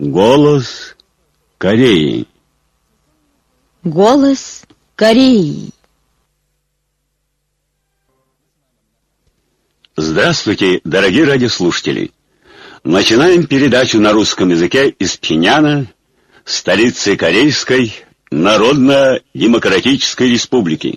Голос Кореи. Голос Кореи. Здравствуйте, дорогие радиослушатели! Начинаем передачу на русском языке из Пхеньяна, столицы Корейской Народно-Демократической Республики.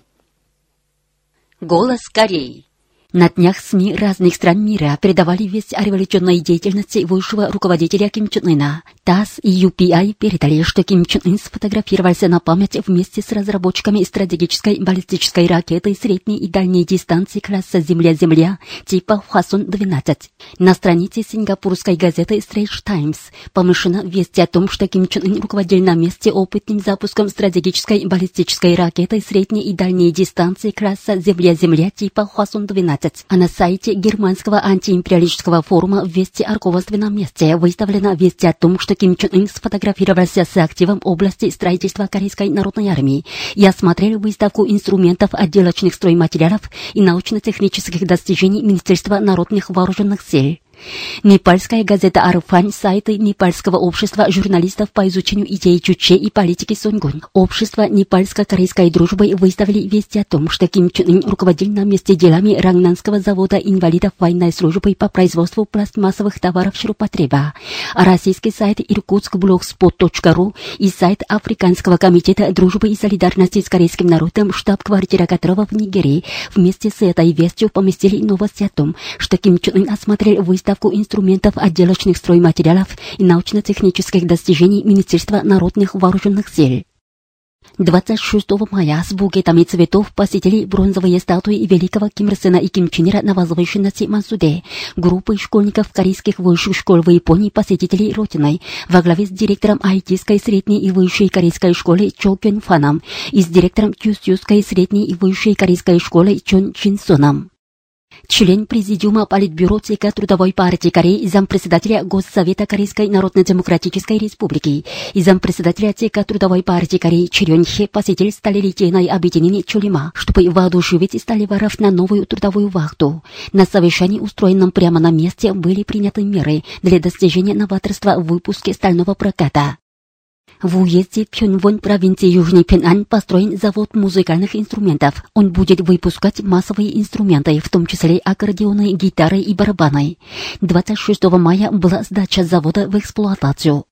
Голос Кореи. На днях СМИ разных стран мира передавали весть о революционной деятельности высшего руководителя Ким Чен Ына. ТАСС и UPI передали, что Ким Чен Ын сфотографировался на память вместе с разработчиками стратегической баллистической ракеты средней и дальней дистанции класса Земля-Земля типа Хвасон-12. На странице сингапурской газеты Straits Times помещена весть о том, что Ким Чен Ын руководил на месте опытным запуском стратегической баллистической ракеты средней и дальней дистанции класса Земля-Земля типа Хвасон-12. А на сайте германского антиимпериалистического форума «Вести о руководственном месте» выставлена весть о том, что Ким Чен Ын сфотографировался с активом области строительства Корейской народной армии и осмотрел выставку инструментов отделочных стройматериалов и научно-технических достижений Министерства народных вооруженных сил. Непальская газета «Арфань», сайты Непальского общества журналистов по изучению идей Чуче и политики Сонгун, общество Непальско-корейской дружбы выставили вести о том, что Ким Чен Ын руководил на месте делами Рангнанского завода инвалидов военной службы по производству пластмассовых товаров ширпотреба. А российский сайт irkutskblogspot.ru и сайт Африканского комитета дружбы и солидарности с корейским народом, штаб-квартира которого в Нигерии, вместе с этой вестью поместили новости о том, что Ким Чен Ын осмотрел выставку инструментов отделочных стройматериалов и научно-технических достижений Министерства народных вооруженных сил. 26 мая с букетами цветов посетили бронзовые статуи великого Ким Ир Сена и Ким Чен Ира на возвышенности Мансуде. Группы школьников корейских высших школ в Японии, посетителей Родиной, во главе с директором Айтийской средней и высшей корейской школы Чо Кён Фаном и с директором Кюсюской средней и высшей корейской школы Чон Чин Соном. Член Президиума Политбюро ЦК Трудовой партии Кореи и зампредседателя Госсовета Корейской Народно-Демократической Республики и зампредседателя ЦК Трудовой партии Кореи Чирён Хе посетили сталелитейное объединение Чолима, чтобы воодушевить сталеваров на новую трудовую вахту. На совещании, устроенном прямо на месте, были приняты меры для достижения новаторства в выпуске стального проката. В уезде Пхёнвон провинции Южный Пхенан построен завод музыкальных инструментов. Он будет выпускать массовые инструменты, в том числе аккордеоны, гитары и барабаны. 26 мая была сдача завода в эксплуатацию.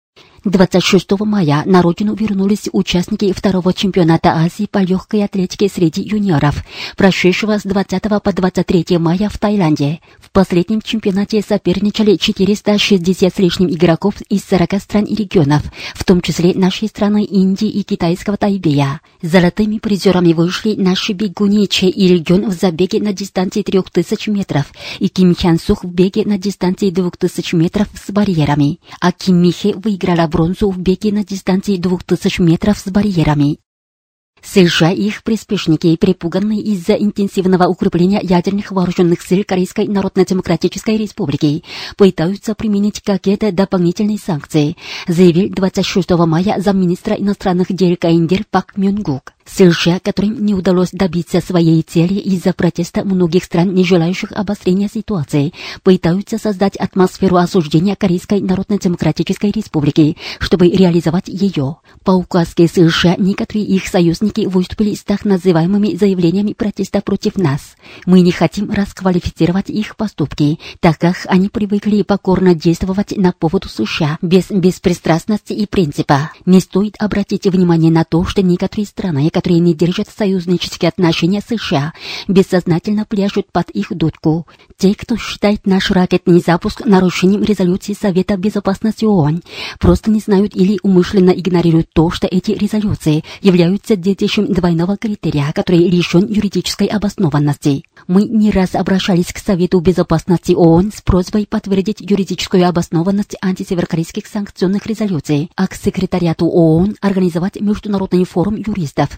26 мая на родину вернулись участники второго чемпионата Азии по легкой атлетике среди юниоров, прошедшего с 20 по 23 мая в Таиланде. В последнем чемпионате соперничали 460 с лишним игроков из 40 стран и регионов, в том числе нашей страны Индии и китайского Тайбэя. Золотыми призерами вышли наши бегуни Че Иль-гён в забеге на дистанции 3000 метров и Ким Хян Сух в беге на дистанции 2000 метров с барьерами, а Ким Ми Хе выиграла бронзу в беге на дистанции 2000 метров с барьерами. США и их приспешники, перепуганные из-за интенсивного укрепления ядерных вооруженных сил Корейской Народно-Демократической Республики, пытаются применить какие-то дополнительные санкции, заявил 26 мая замминистра иностранных дел КНДР Пак Мён Гук. США, которым не удалось добиться своей цели из-за протеста многих стран, не желающих обострения ситуации, пытаются создать атмосферу осуждения Корейской Народно-Демократической Республики, чтобы реализовать ее. По указке США некоторые их союзники выступили с так называемыми заявлениями протеста против нас. Мы не хотим расквалифицировать их поступки, так как они привыкли покорно действовать на поводу США, без беспристрастности и принципа. Не стоит обратить внимание на то, что некоторые страны, которые не держат союзнические отношения с США, бессознательно пляшут под их дудку. Те, кто считает наш ракетный запуск нарушением резолюции Совета Безопасности ООН, просто не знают или умышленно игнорируют то, что эти резолюции являются детищем двойного критерия, который лишен юридической обоснованности. Мы не раз обращались к Совету Безопасности ООН с просьбой подтвердить юридическую обоснованность антисеверокорейских санкционных резолюций, а к секретариату ООН организовать международный форум юристов,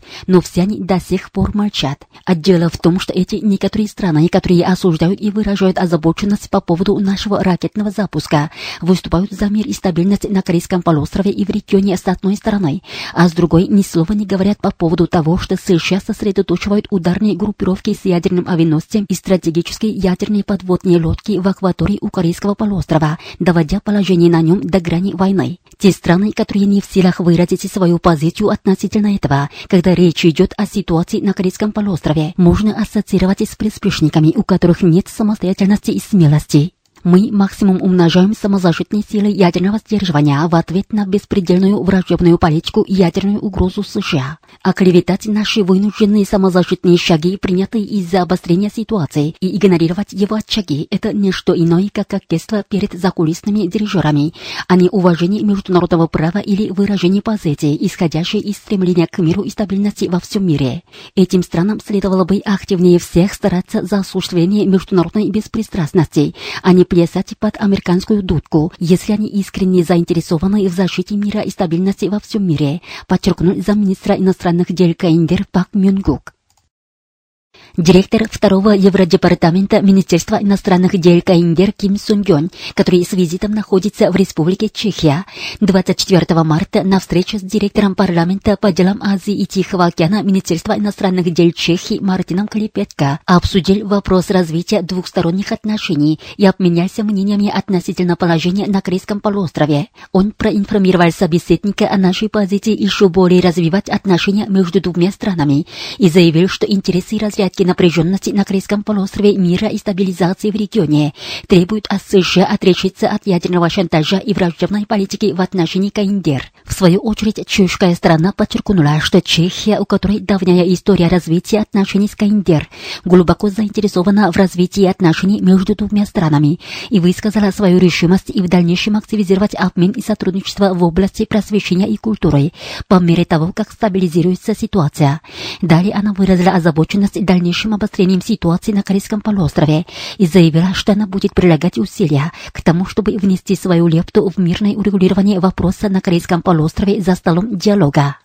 но все они до сих пор молчат. А дело в том, что эти некоторые страны, которые осуждают и выражают озабоченность по поводу нашего ракетного запуска, выступают за мир и стабильность на Корейском полуострове и в регионе с одной стороны, а с другой ни слова не говорят по поводу того, что США сосредоточивают ударные группировки с ядерным авианосцем и стратегические ядерные подводные лодки в акватории у Корейского полуострова, доводя положение на нем до грани войны. Те страны, которые не в силах выразить свою позицию относительно этого, когда речь идет о ситуации на Корейском полуострове, можно ассоциировать с приспешниками, у которых нет самостоятельности и смелости. Мы максимум умножаем самозащитные силы ядерного сдерживания в ответ на беспредельную враждебную политику и ядерную угрозу США. Оклеветать наши вынужденные самозащитные шаги, принятые из-за обострения ситуации, и игнорировать его очаги – это не что иное, как кокетство перед закулисными дирижерами, а не уважение международного права или выражение позиции, исходящей из стремления к миру и стабильности во всем мире. Этим странам следовало бы активнее всех стараться за осуществление международной беспристрастности, а не плясать под американскую дудку, если они искренне заинтересованы в защите мира и стабильности во всем мире, подчеркнул замминистра иностранных дел КНДР Пак Мюнгук. Директор второго Евродепартамента Министерства иностранных дел КНДР Ким Сун-гён, который с визитом находится в Республике Чехия, 24 марта на встрече с директором парламента по делам Азии и Тихого океана Министерства иностранных дел Чехии Мартином Клепетко обсудил вопрос развития двухсторонних отношений и обменялся мнениями относительно положения на Корейском полуострове. Он проинформировал собеседника о нашей позиции еще более развивать отношения между двумя странами и заявил, что интересы и разрядки напряженности на Корейском полуострове, мира и стабилизации в регионе требуют от США отречься от ядерного шантажа и враждебной политики в отношении КНДР. В свою очередь, чешская сторона подчеркнула, что Чехия, у которой давняя история развития отношений с КНДР, глубоко заинтересована в развитии отношений между двумя странами и высказала свою решимость и в дальнейшем активизировать обмен и сотрудничество в области просвещения и культуры по мере того, как стабилизируется ситуация. Далее она выразила озабоченность дальнейшим обострением ситуации на Корейском полуострове и заявила, что она будет прилагать усилия к тому, чтобы внести свою лепту в мирное урегулирование вопроса на Корейском полуострове за столом диалога.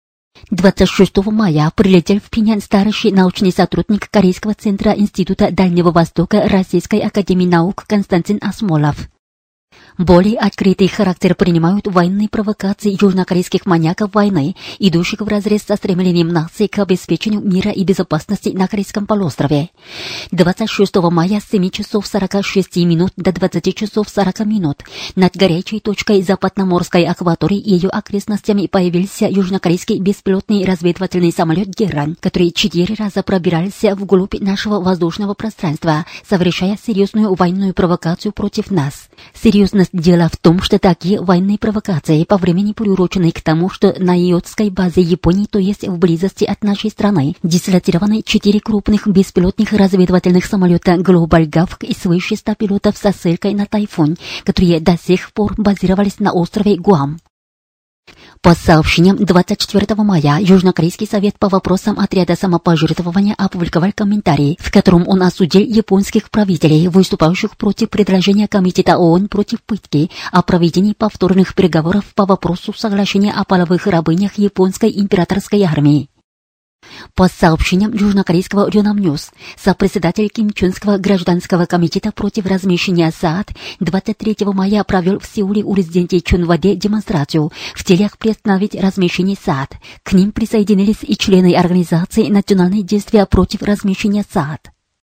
26 мая прилетел в Пхеньян старший научный сотрудник Корейского центра Института Дальнего Востока Российской академии наук Константин Асмолов. Более открытый характер принимают военные провокации южнокорейских маньяков войны, идущих вразрез со стремлением нации к обеспечению мира и безопасности на Корейском полуострове. 26 мая с 7 часов 46 минут до 20 часов 40 минут над горячей точкой западноморской акватории и ее окрестностями появился южнокорейский беспилотный разведывательный самолет «Герань», который 4 раза пробирался вглубь нашего воздушного пространства, совершая серьезную военную провокацию против нас. Серьезность дела в том, что такие военные провокации по времени приурочены к тому, что на йодской базе Японии, то есть в близости от нашей страны, дислоцированы 4 крупных беспилотных разведывательных самолета Global Gavk и свыше 100 пилотов со ссылкой на Тайфун, которые до сих пор базировались на острове Гуам. По сообщениям 24 мая Южнокорейский совет по вопросам отряда самопожертвования опубликовал комментарий, в котором он осудил японских правителей, выступающих против предложения Комитета ООН против пытки о проведении повторных переговоров по вопросу соглашения о половых рабынях японской императорской армии. По сообщениям южнокорейского Yonhap News, сопредседатель Кимчунского гражданского комитета против размещения СААД 23 мая провел в Сеуле у резиденции Чонваде демонстрацию в целях приостановить размещение СААД. К ним присоединились и члены организации «Национальные действия против размещения СААД».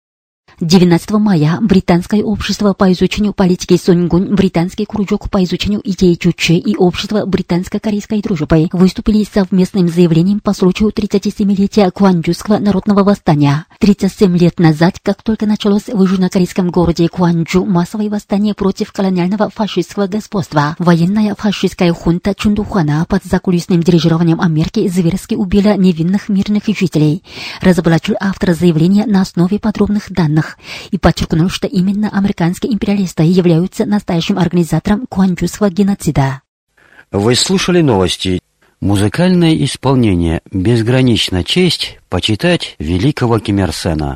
19 мая Британское общество по изучению политики Сонгун, Британский кружок по изучению идей Чуче и общество британско-корейской дружбы выступили с совместным заявлением по случаю 37-летия Кванджуского народного восстания. 37 лет назад, как только началось в южнокорейском городе Кванджу массовое восстание против колониального фашистского господства, военная фашистская хунта Чундухана под закулисным дирижированием Америки зверски убила невинных мирных жителей, разоблачил автор заявления на основе подробных данных и подчеркнул, что именно американские империалисты являются настоящим организатором кванджуского геноцида. Вы слушали новости. Музыкальное исполнение «Безгранична честь» почитать великого Ким Ир Сена.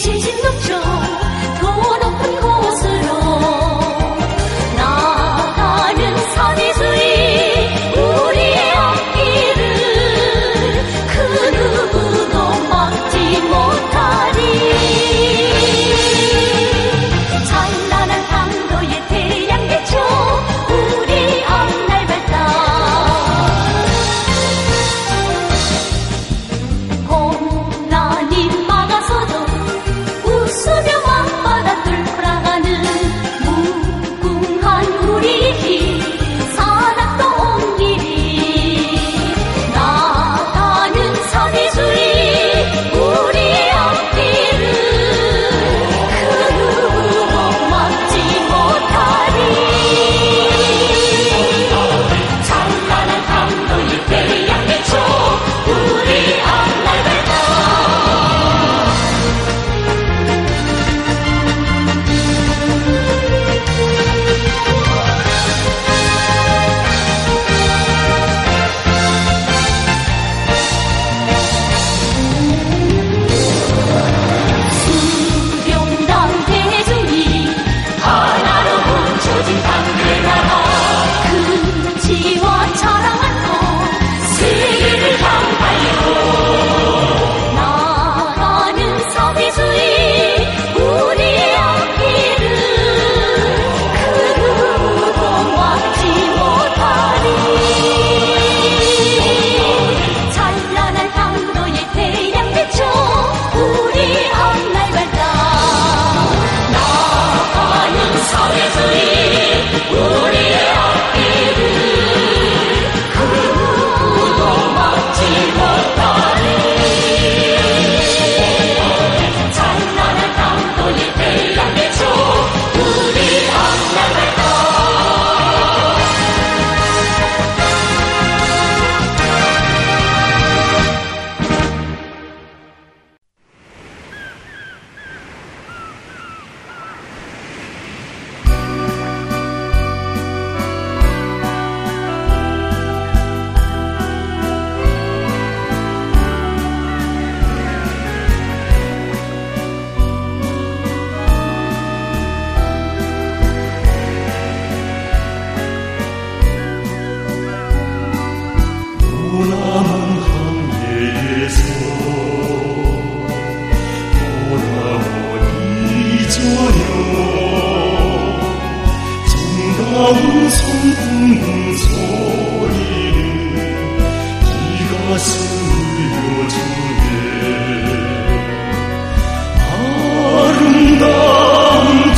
시집 넘쳐 더 높은 곳으로 나가는 사비수이 우리의 앞길을 그 누구도 막지 못하리. 찬란한 강도의 태양 비춰 우리 앞날 밝다. 고난이 막아서도 웃으며 밤바다 뚫어가는 무궁한 우리의 길 산악도 온 길이 나가는 사비수이 우리의 앞길을 그 누구도 막지 못하리. 찬란한 강도의 태양 비춰 우리 앞날 밝다. 수령당 대중이 하나로 뭉쳐진 당대나라 근지와 자랑하고 세계를 향하여 나가는 사비수이 우리의 앞길을 그 누구도 막지 못하리. 찬란한 강도의 태양 비춰 우리 앞날 밝다. 나가는 사비수이 우리의 앞길을 그 누구도 막지 못하리. 찬란한 강도의 태양 비춰 우리 앞날 밝다. 보람은 항해에서 돌아온 이 저녁 정다운 손등 소리는 이 가슴을 요즘에 아름다운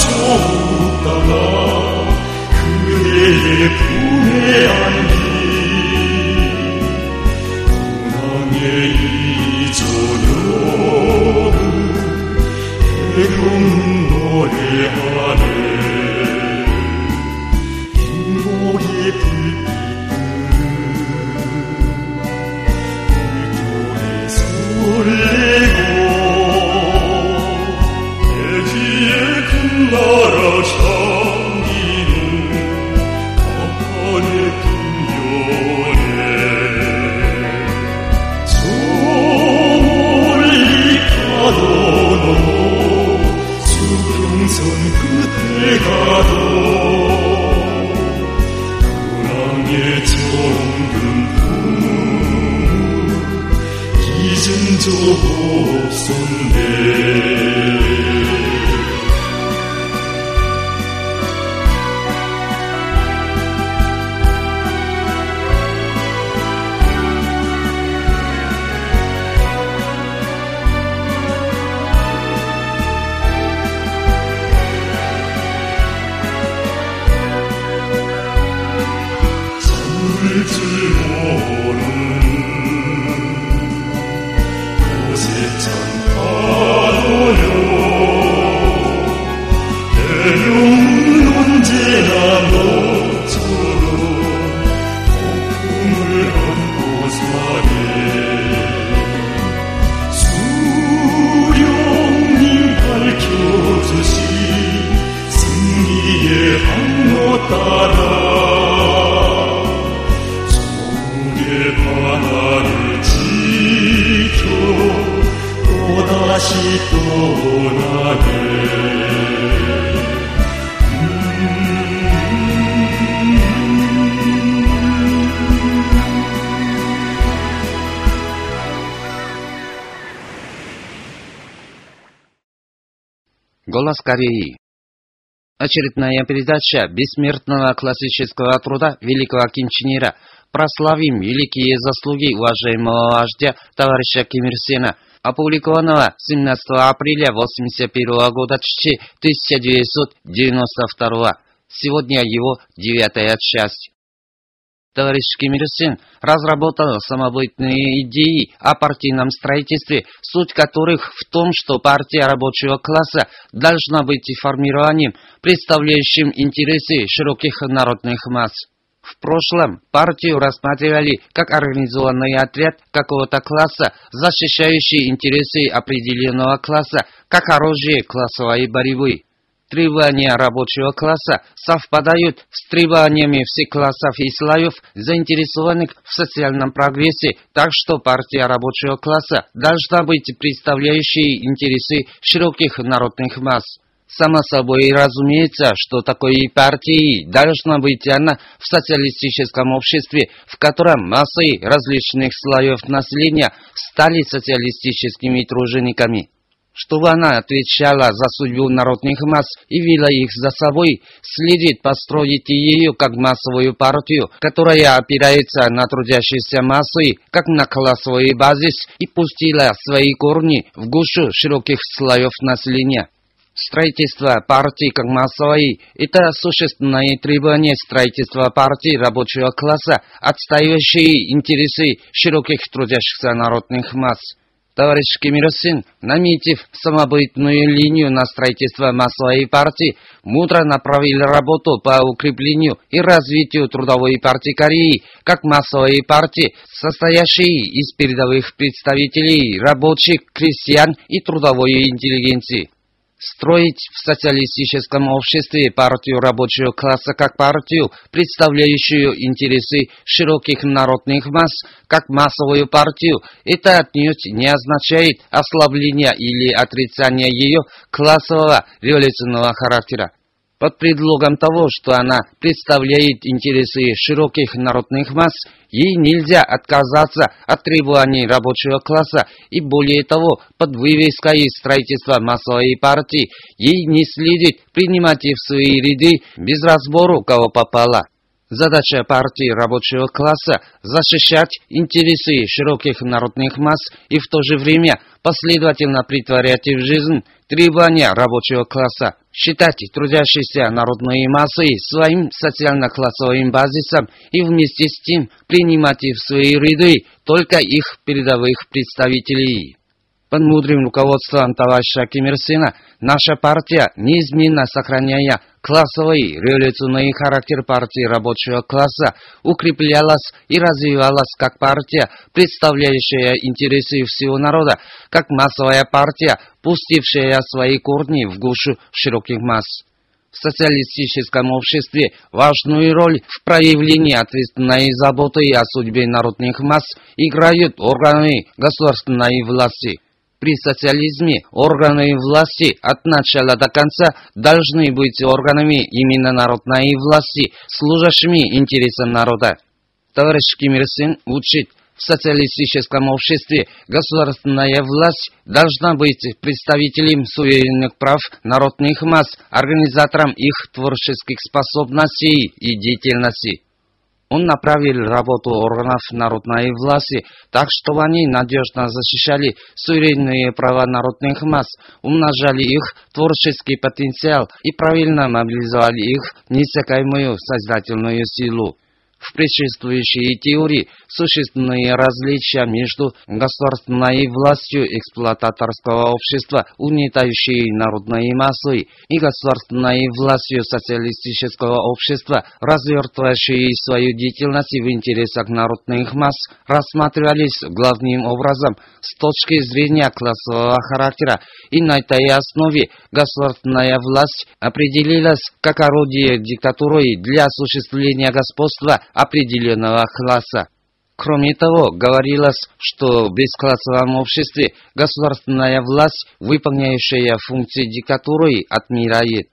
조국다가 그대의 품에 안기 이 저녁은 해금 노래하네. 행복의 불빛은 설레고 대지의 큰 나라 향기는 가판에 풍년에 수평선 끝에 가도 근황의 정든 품을 잊은 적 없었네. 잠들지 모른 고세찬 파도요. 대명은 언제나 너처럼 폭풍을 안고 사네. 수령님 밝혀주신 승리의 항로 따라 서울의 바다를 지켜 또다시 떠나 Голос Кореи. Очередная передача бессмертного классического труда великого Ким Чен Ира. Прославим великие заслуги уважаемого вождя товарища Ким Ир Сена, опубликованного 17 апреля 1981 года 1992. Сегодня его 9-я часть. Товарищ Ким Ир Сен разработал самобытные идеи о партийном строительстве, суть которых в том, что партия рабочего класса должна быть формированием, представляющим интересы широких народных масс. В прошлом партию рассматривали как организованный отряд какого-то класса, защищающий интересы определенного класса, как оружие классовой борьбы. Требования рабочего класса совпадают с требованиями всех классов и слоев, заинтересованных в социальном прогрессе, так что партия рабочего класса должна быть представляющей интересы широких народных масс. Само собой разумеется, что такой партией должна быть она в социалистическом обществе, в котором массы различных слоев населения стали социалистическими тружениками. Чтобы она отвечала за судьбу народных масс и вела их за собой, следует построить ее как массовую партию, которая опирается на трудящиеся массы, как на классовый базис, и пустила свои корни в гущу широких слоев населения. Строительство партии как массовой – это существенное требование строительства партии рабочего класса, отстаивающие интересы широких трудящихся народных масс. Товарищ Ким Ир Сен, наметив самобытную линию на строительство массовой партии, мудро направил работу по укреплению и развитию трудовой партии Кореи, как массовой партии, состоящей из передовых представителей рабочих, крестьян и трудовой интеллигенции. Строить в социалистическом обществе партию рабочего класса как партию, представляющую интересы широких народных масс, как массовую партию, это отнюдь не означает ослабление или отрицание ее классового революционного характера. Под предлогом того, что она представляет интересы широких народных масс, ей нельзя отказаться от требований рабочего класса, и более того, под вывеской строительства массовой партии, ей не следует принимать в свои ряды без разбору, кого попало. Задача партии рабочего класса – защищать интересы широких народных масс и в то же время последовательно претворять в жизнь требования рабочего класса, считать трудящиеся народные массы своим социально-классовым базисом и вместе с тем принимать в свои ряды только их передовых представителей. Под мудрым руководством товарища Ким Ир Сена наша партия, неизменно сохраняя классовый революционный характер партии рабочего класса, укреплялась и развивалась как партия, представляющая интересы всего народа, как массовая партия, пустившая свои корни в гущу широких масс. В социалистическом обществе важную роль в проявлении ответственной заботы о судьбе народных масс играют органы государственной власти. При социализме органы власти от начала до конца должны быть органами именно народной власти, служащими интересам народа. Товарищ Ким Ир Сен учит, в социалистическом обществе государственная власть должна быть представителем суверенных прав народных масс, организатором их творческих способностей и деятельности. Он направил работу органов народной власти так, чтобы они надежно защищали суверенные права народных масс, умножали их творческий потенциал и правильно мобилизовали их неиссякаемую создательную силу. В предшествующей теории существенные различия между государственной властью эксплуататорского общества, угнетающей народные массы, и государственной властью социалистического общества, развертывающей свою деятельность в интересах народных масс, рассматривались главным образом с точки зрения классового характера, и на этой основе государственная власть определилась как орудие диктатуры для осуществления господства определенного класса. Кроме того, говорилось, что в бесклассовом обществе государственная власть, выполняющая функции диктатуры, отмирает.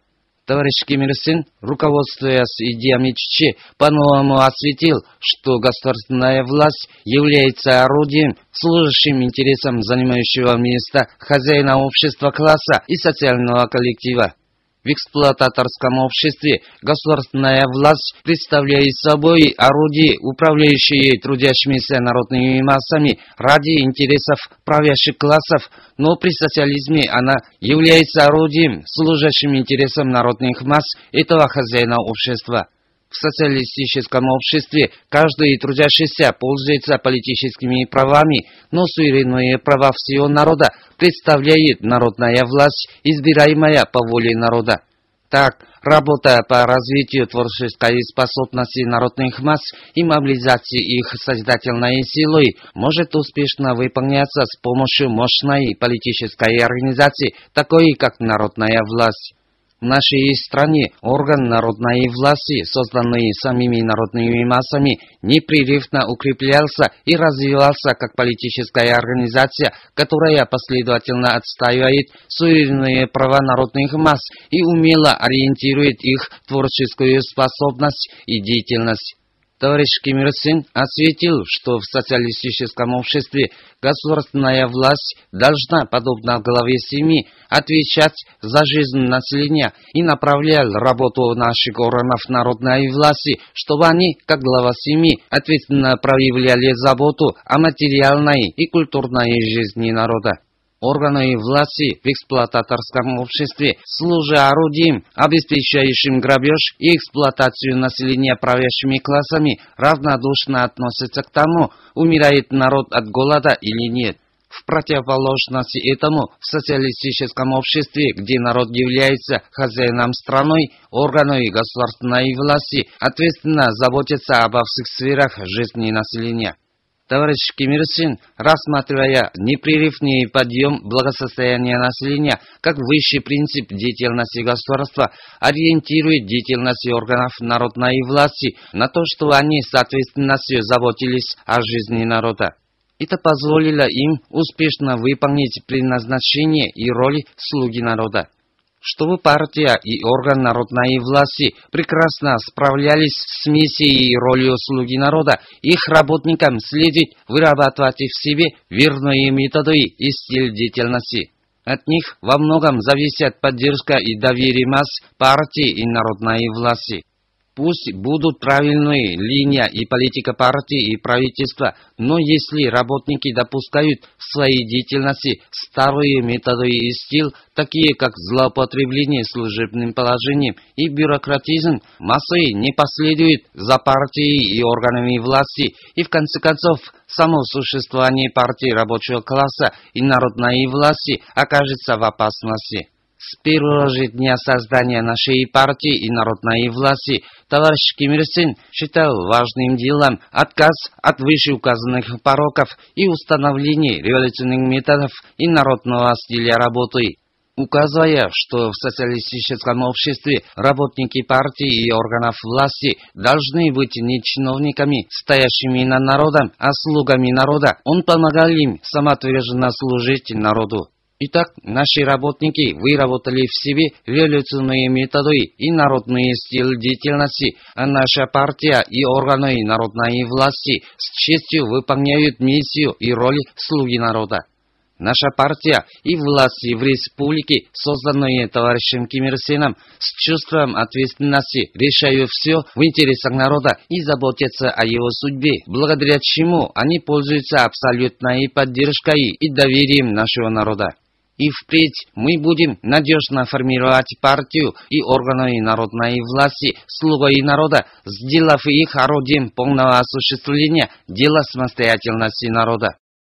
Товарищ Ким Ир Сен, руководствуясь идеями Чичи, по-новому осветил, что государственная власть является орудием, служащим интересам занимающего место хозяина общества, класса и социального коллектива. В эксплуататорском обществе государственная власть представляет собой орудие, управляющее трудящимися народными массами ради интересов правящих классов, но при социализме она является орудием, служащим интересам народных масс этого хозяина общества. В социалистическом обществе каждый трудящийся пользуется политическими правами, но суверенные права всего народа представляет народная власть, избираемая по воле народа. Так, работа по развитию творческой способности народных масс и мобилизации их созидательной силой может успешно выполняться с помощью мощной политической организации, такой как народная власть. В нашей стране орган народной власти, созданный самими народными массами, непрерывно укреплялся и развивался как политическая организация, которая последовательно отстаивает суверенные права народных масс и умело ориентирует их творческую способность и деятельность. Товарищ Ким Ир Сен осветил, что в социалистическом обществе государственная власть должна, подобно главе семьи, отвечать за жизнь населения и направлял работу наших органов народной власти, чтобы они, как глава семьи, ответственно проявляли заботу о материальной и культурной жизни народа. Органы власти в эксплуататорском обществе, служа орудием, обеспечивающим грабеж и эксплуатацию населения правящими классами, равнодушно относятся к тому, умирает народ от голода или нет. В противоположность этому, в социалистическом обществе, где народ является хозяином страной, органы государственной власти ответственно заботятся обо всех сферах жизни населения. Товарищ Ким Ир Сен, рассматривая непрерывный подъем благосостояния населения как высший принцип деятельности государства, ориентирует деятельность органов народной власти на то, чтобы они с ответственностью заботились о жизни народа. Это позволило им успешно выполнить предназначение и роль слуги народа. Чтобы партия и орган народной власти прекрасно справлялись с миссией и ролью слуги народа, их работникам следует вырабатывать в себе верные методы и стиль деятельности. От них во многом зависит поддержка и доверие масс партии и народной власти. Пусть будут правильные линия и политика партии и правительства, но если работники допускают в своей деятельности старые методы и стиль, такие как злоупотребление служебным положением и бюрократизм, массы не последуют за партией и органами власти, и в конце концов само существование партии рабочего класса и народной власти окажется в опасности. С первого же дня создания нашей партии и народной власти товарищ Ким Ир Сен считал важным делом отказ от вышеуказанных пороков и установление революционных методов и народного стиля работы. Указывая, что в социалистическом обществе работники партии и органов власти должны быть не чиновниками, стоящими над народом, а слугами народа, он помогал им самоотверженно служить народу. Итак, наши работники выработали в себе революционные методы и народный стиль деятельности, а наша партия и органы народной власти с честью выполняют миссию и роль слуги народа. Наша партия и власти в республике, созданные товарищем Ким Ир Сеном, с чувством ответственности решают все в интересах народа и заботятся о его судьбе, благодаря чему они пользуются абсолютной поддержкой и доверием нашего народа. И впредь мы будем надежно формировать партию и органы народной власти, слугой народа, сделав их орудием полного осуществления дела самостоятельности народа.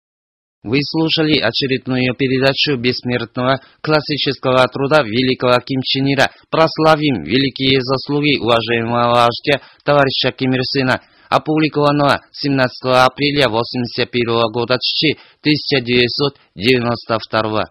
Вы слушали очередную передачу бессмертного классического труда великого Ким Чен Ира «Прославим великие заслуги уважаемого вождя товарища Ким Ир Сена», опубликованного 17 апреля 1981 года 1992.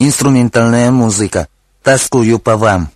инструментальная музыка. Тоскую по вам.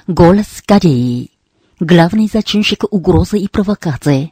Голос Кореи. Главный зачинщик угрозы и провокации.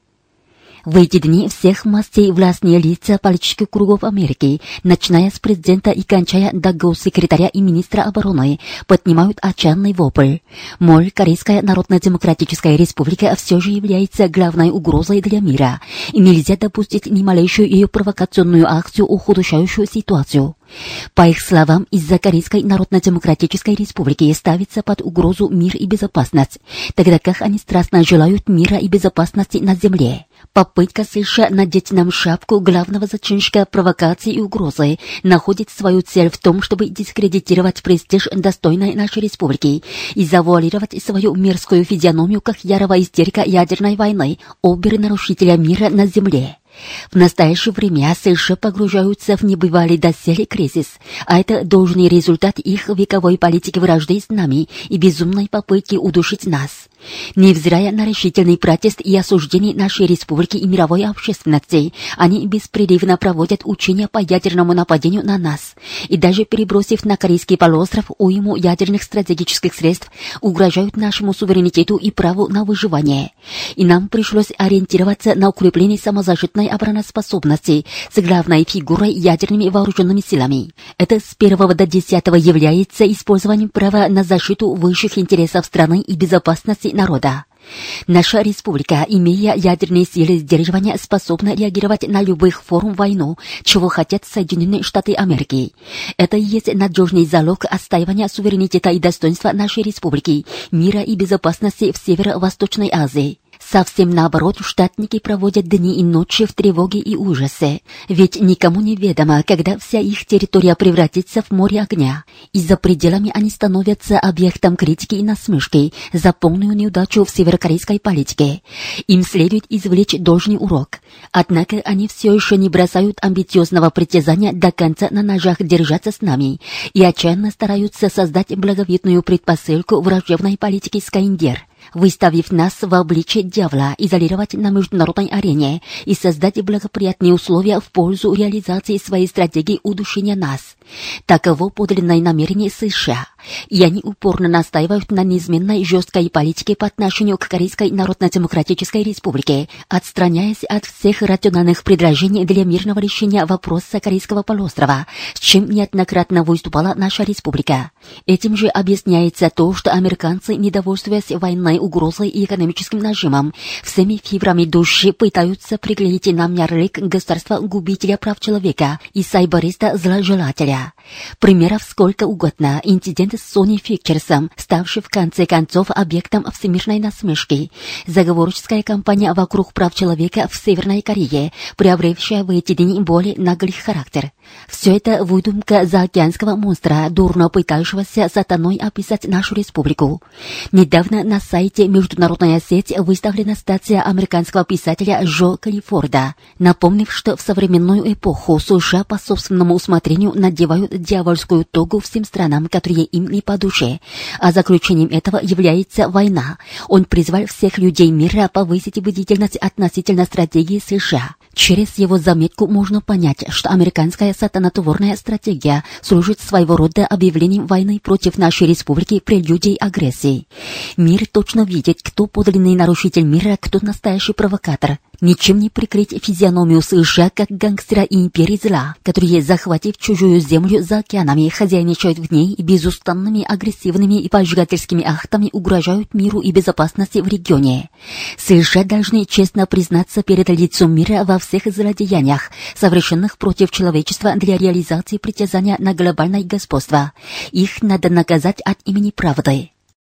В эти дни всех мастей властные лица политических кругов Америки, начиная с президента и кончая до госсекретаря и министра обороны, поднимают отчаянный вопль. Мол, Корейская Народно-Демократическая Республика все же является главной угрозой для мира, и нельзя допустить ни малейшую ее провокационную акцию, ухудшающую ситуацию. По их словам, из-за Корейской Народно-Демократической Республики ставится под угрозу мир и безопасность, тогда как они страстно желают мира и безопасности на земле. Попытка США надеть нам шапку главного зачинщика провокаций и угрозы находит свою цель в том, чтобы дискредитировать престиж достойной нашей республики и завуалировать свою мерзкую физиономию как ярого истерика ядерной войны, обер-нарушителя мира на земле. В настоящее время США погружаются в небывалый доселе кризис, а это должный результат их вековой политики вражды с нами и безумной попытки удушить нас. Невзирая на решительный протест и осуждение нашей республики и мировой общественности, они беспрерывно проводят учения по ядерному нападению на нас, и даже перебросив на Корейский полуостров уйму ядерных стратегических средств, угрожают нашему суверенитету и праву на выживание. И нам пришлось ориентироваться на укрепление самозащитной обороноспособности с главной фигурой ядерными вооруженными силами. Это с 1 до 10 является использованием права на защиту высших интересов страны и безопасности народа. Наша республика, имея ядерные силы сдерживания, способна реагировать на любых форм войну, чего хотят Соединенные Штаты Америки. Это и есть надежный залог отстаивания суверенитета и достоинства нашей республики, мира и безопасности в Северо-Восточной Азии. Совсем наоборот, штатники проводят дни и ночи в тревоге и ужасе, ведь никому не ведомо, когда вся их территория превратится в море огня, и за пределами они становятся объектом критики и насмешки за полную неудачу в северокорейской политике. Им следует извлечь должный урок. Однако они все еще не бросают амбициозного притязания до конца на ножах держаться с нами и отчаянно стараются создать благовидную предпосылку враждебной политики Скайндер, выставив нас в обличье дьявола, изолировать на международной арене и создать благоприятные условия в пользу реализации своей стратегии удушения нас. Таково подлинное намерение США, и они упорно настаивают на неизменной жесткой политике по отношению к Корейской Народно-Демократической Республике, отстраняясь от всех рациональных предложений для мирного решения вопроса Корейского полуострова, с чем неоднократно выступала наша республика. Этим же объясняется то, что американцы, недовольствуясь войной угрозой и экономическим нажимом, всеми фибрами души пытаются приклеить нам ярлык государства-губителя прав человека и сайбориста-зложелателя. Примеров сколько угодно. Инцидент с Sony Pictures, ставший в конце концов объектом всемирной насмешки, заговорческая кампания вокруг прав человека в Северной Корее, приобретшая в эти дни более наглый характер. Все это выдумка заокеанского монстра, дурно пытающегося сатаной описать нашу республику. Недавно на сайте «Международная сеть» выставлена статья американского писателя Джо Клиффорда, напомнив, что в современную эпоху США по собственному усмотрению надевают дьявольскую тогу всем странам, которые им не по душе, а заключением этого является война. Он призвал всех людей мира повысить бдительность относительно стратегии США. Через его заметку можно понять, что американская сатанотворная стратегия служит своего рода объявлением войны против нашей республики прелюдией агрессии. Мир точно видит, кто подлинный нарушитель мира, кто настоящий провокатор. Ничем не прикрыть физиономию США как гангстера и империи зла, которые, захватив чужую землю за океанами, хозяйничают в ней и безустанными агрессивными и поджигательскими актами угрожают миру и безопасности в регионе. США должны честно признаться перед лицом мира во всех злодеяниях, совершенных против человечества для реализации притязания на глобальное господство. Их надо наказать от имени правды.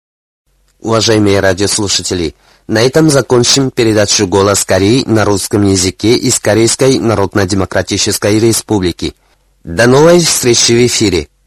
Уважаемые радиослушатели, на этом закончим передачу «Голос Кореи» на русском языке из Корейской Народно-Демократической Республики. До новой встречи в эфире!